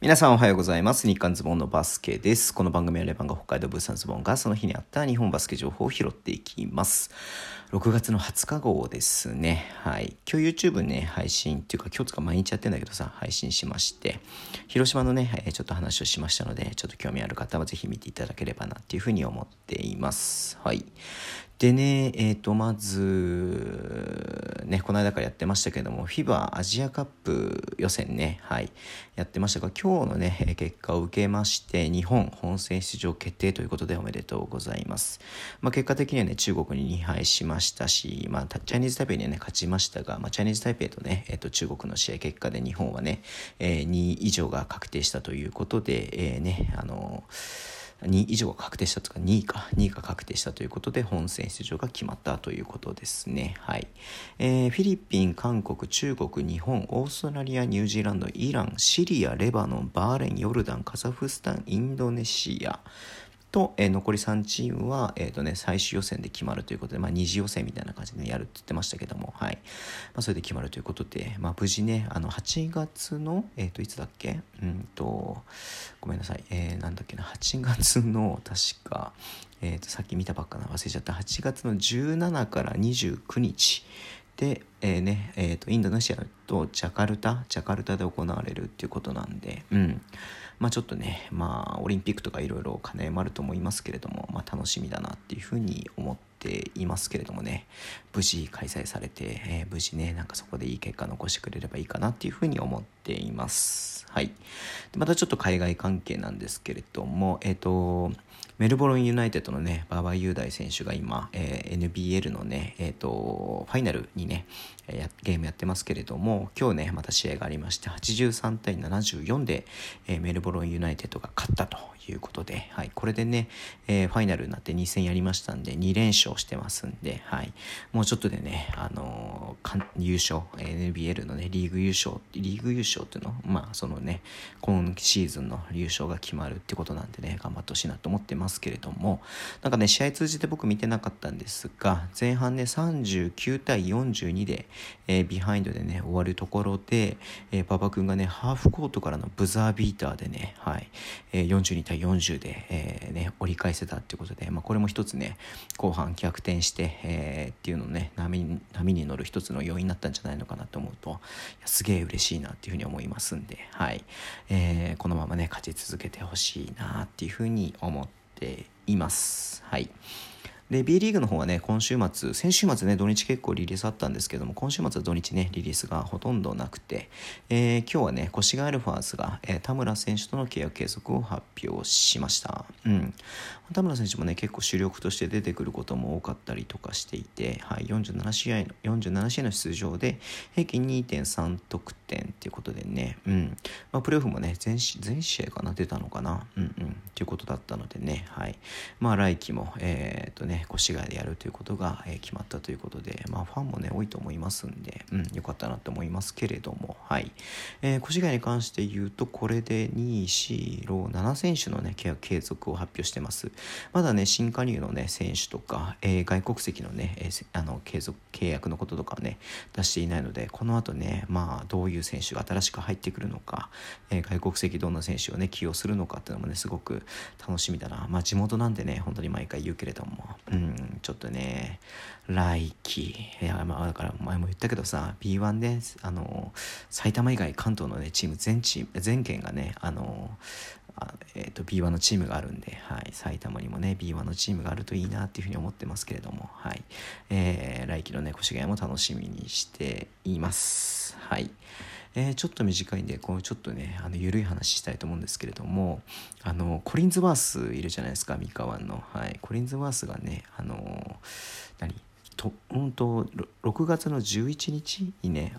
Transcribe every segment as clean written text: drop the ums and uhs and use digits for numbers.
皆さんおはようございます。日刊ズボンのバスケです。この番組はレバンが北海道ブースタンズボンがその日にあった日本バスケ情報を拾っていきます。6月の20日号ですね。はい。今日 YouTube ね、配信っていうか今日とか毎日やってんだけどさ、配信しまして、広島のね、ちょっと話をしましたので、ちょっと興味ある方はぜひ見ていただければなっていうふうに思っています。はい。でね、まず、ね、この間からやってましたけども、FIBA アジアカップ予選ね、はい、やってましたが、今日のね、結果を受けまして、日本本戦出場決定ということでおめでとうございます。結果的にはね、中国に2敗しましたし、チャイニーズタイペイにはね、勝ちましたが、チャイニーズタイペイとね、中国の試合結果で日本はね、2位以上が確定したということで、2位以上が確定したとか2位が確定したということで本戦出場が決まったということですね。はい。フィリピン、韓国、中国、日本、オーストラリア、ニュージーランド、イラン、シリア、レバノン、バーレン、ヨルダン、カザフスタン、インドネシアと、残り3チームは、最終予選で決まるということで、二次予選みたいな感じでやるって言ってましたけども、はい。それで決まるということで、無事ね、8月の、いつだっけごめんなさい、なんだっけな、8月の、確か、さっき見たばっかな、忘れちゃった、8月の17から29日で、インドネシアとジャカルタで行われるっていうことなんで、ちょっとね、オリンピックとかいろいろ兼ねもあると思いますけれども、楽しみだなっていうふうに思っていますけれどもね、無事開催されて、無事ね、なんかそこでいい結果残してくれればいいかなっていうふうに思っています。はい。でまたちょっと海外関係なんですけれども、メルボルンユナイテッドのね、馬場雄大選手が今、NBL のね、ファイナルにね、ゲームやってますけれども、今日ね、また試合がありまして、83対74で、メルボルンユナイテッドが勝ったということで、はい、これでね、ファイナルになって2戦やりましたんで、2連勝してますんで、はい、もうちょっとでね、優勝、NBL のね、リーグ優勝っていうの、そのね、今シーズンの優勝が決まるってことなんでね、頑張ってほしいなと思ってますけれども、なんかね、試合通じて僕見てなかったんですが、前半ね、39対42で、ビハインドでね、終わるところで、馬場君がね、ハーフコートからのブザービーターでね、はい、42対40で、折り返せたっていうことで、これも一つね、後半逆転して、っていうのね、波に乗る一つの要因になったんじゃないのかなと思うと、いやすげえ嬉しいなっていうふうに思いますんで、はい、このままね、勝ち続けてほしいなっていうふうに思っています。はい。で B リーグの方はね、先週末ね、土日結構リリースあったんですけども、今週末は土日ね、リリースがほとんどなくて、今日はね、越谷アルファーズが、田村選手との契約継続を発表しました。田村選手もね、結構主力として出てくることも多かったりとかしていて、はい、47試合の出場で平均 2.3 得点っていうことでね、プレーオフもね、全試合かな、出たのかな、っていうことだったのでね、はい、来季も越谷でやるということが、決まったということで、ファンもね多いと思いますんで、よかったなと思いますけれども、はい、越谷に関して言うと、これで2、4、6、7選手のね契約継続を発表してます。まだね新加入のね選手とか、外国籍のね、契約のこととかはね出していないので、この後ねどういう選手が新しく入ってくるのか、外国籍どんな選手をね起用するのかっていうのもねすごく楽しみだな。地元なんでね本当に毎回言うけれども、ちょっとね来季、だから前も言ったけどさ、 B1 で埼玉以外関東のねチーム全県がねB1 のチームがあるんで、はい、埼玉にもね B1 のチームがあるといいなっていうふうに思ってますけれども、はい、来季のね越谷も楽しみにしています。はい。ちょっと短いんで、こうちょっとね緩い話したいと思うんですけれども、コリンズワースいるじゃないですか、三河の、はい、コリンズワースがね6月の11日にね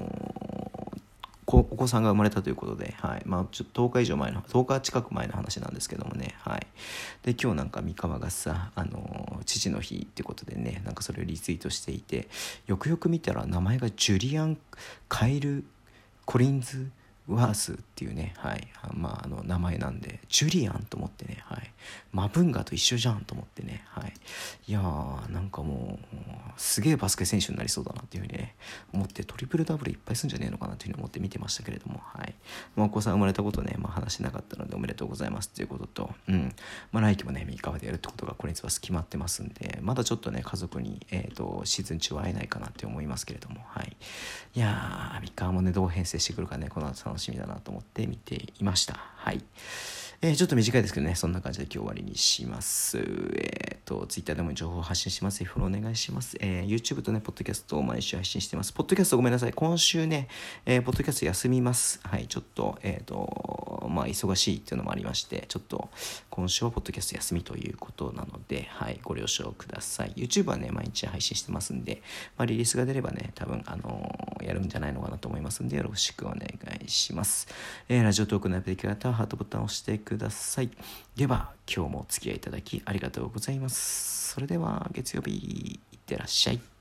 お子さんが生まれたということで、はい、ちょっと10日近く前の話なんですけどもね、はい、で今日なんか三河がさ父の日ってことでね、なんかそれをリツイートしていて、よくよく見たら名前がジュリアン・カイル・コリンズワースっていうね、名前なんで、ジュリアンと思ってね、マブンガと一緒じゃんと思ってね、いやー、なんかもう、すげえバスケ選手になりそうだなっていうふうにね、思って、トリプルダブルいっぱいするんじゃねえのかなっていうふうに思って見てましたけれども、お子さん生まれたことね、話してなかったのでおめでとうございますっていうことと、来季もね、3日までやるってことがこれにつは決まってますんで、まだちょっとね、家族に、シーズン中は会えないかなって思いますけれども、いやー、3日もね、どう編成してくるかね、この後楽しみだなと思って見ていました。ちょっと短いですけどね、そんな感じで今日終わりにします。Twitter でも情報を発信します。フォローお願いします。YouTube とね、ポッドキャストを毎週配信してます。ポッドキャストごめんなさい。今週ね、ポッドキャスト休みます。ちょっと、忙しいっていうのもありまして、ちょっと、今週はポッドキャスト休みということなので、ご了承ください。YouTube はね、毎日配信してますんで、リリースが出ればね、多分、やるんじゃないのかなと思いますんで、よろしくお願いします。ラジオトークのアプリケーター、ハートボタンを押してください。では、今日もお付き合いいただきありがとうございます。それでは、月曜日、いってらっしゃい。